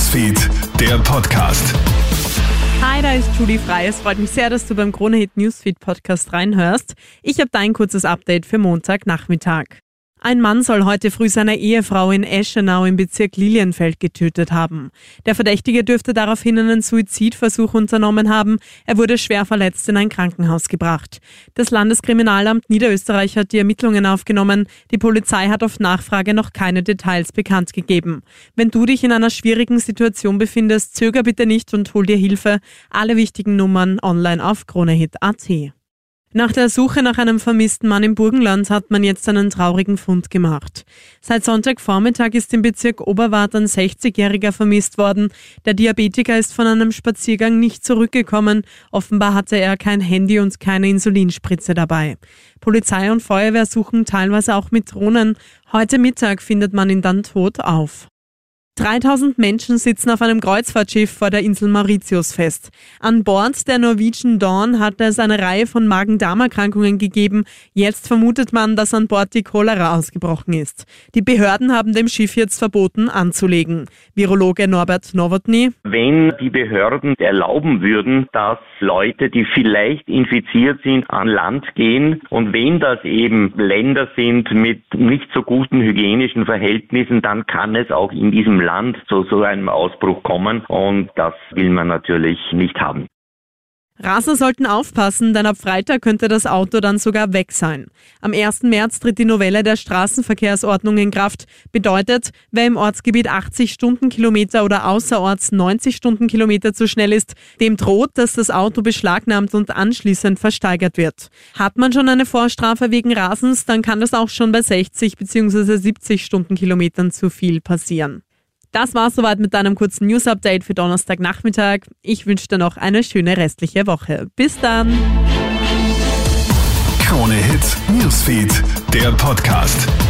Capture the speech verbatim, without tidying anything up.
Newsfeed, der Podcast. Hi, da ist Judy Frey. Es freut mich sehr, dass du beim Krone-Hit Newsfeed Podcast reinhörst. Ich habe dein kurzes Update für Montagnachmittag. Ein Mann soll heute früh seine Ehefrau in Eschenau im Bezirk Lilienfeld getötet haben. Der Verdächtige dürfte daraufhin einen Suizidversuch unternommen haben. Er wurde schwer verletzt in ein Krankenhaus gebracht. Das Landeskriminalamt Niederösterreich hat die Ermittlungen aufgenommen. Die Polizei hat auf Nachfrage noch keine Details bekannt gegeben. Wenn du dich in einer schwierigen Situation befindest, zöger bitte nicht und hol dir Hilfe. Alle wichtigen Nummern online auf kronehit punkt at. Nach der Suche nach einem vermissten Mann im Burgenland hat man jetzt einen traurigen Fund gemacht. Seit Sonntagvormittag ist im Bezirk Oberwart ein sechzigjähriger vermisst worden. Der Diabetiker ist von einem Spaziergang nicht zurückgekommen. Offenbar hatte er kein Handy und keine Insulinspritze dabei. Polizei und Feuerwehr suchen teilweise auch mit Drohnen. Heute Mittag findet man ihn dann tot auf. dreitausend Menschen sitzen auf einem Kreuzfahrtschiff vor der Insel Mauritius fest. An Bord der Norwegian Dawn hat es eine Reihe von Magen-Darm-Erkrankungen gegeben. Jetzt vermutet man, dass an Bord die Cholera ausgebrochen ist. Die Behörden haben dem Schiff jetzt verboten, anzulegen. Virologe Norbert Nowotny: Wenn die Behörden erlauben würden, dass Leute, die vielleicht infiziert sind, an Land gehen und wenn das eben Länder sind mit nicht so guten hygienischen Verhältnissen, dann kann es auch in diesem Land zu so einem Ausbruch kommen und das will man natürlich nicht haben. Raser sollten aufpassen, denn ab Freitag könnte das Auto dann sogar weg sein. Am ersten März tritt die Novelle der Straßenverkehrsordnung in Kraft. Bedeutet, wer im Ortsgebiet achtzig Stundenkilometer oder außerorts neunzig Stundenkilometer zu schnell ist, dem droht, dass das Auto beschlagnahmt und anschließend versteigert wird. Hat man schon eine Vorstrafe wegen Rasens, dann kann das auch schon bei sechzig bzw. siebzig Stundenkilometern zu viel passieren. Das war's soweit mit deinem kurzen News-Update für Donnerstagnachmittag. Ich wünsche dir noch eine schöne restliche Woche. Bis dann! Krone-Hit Newsfeed, der Podcast.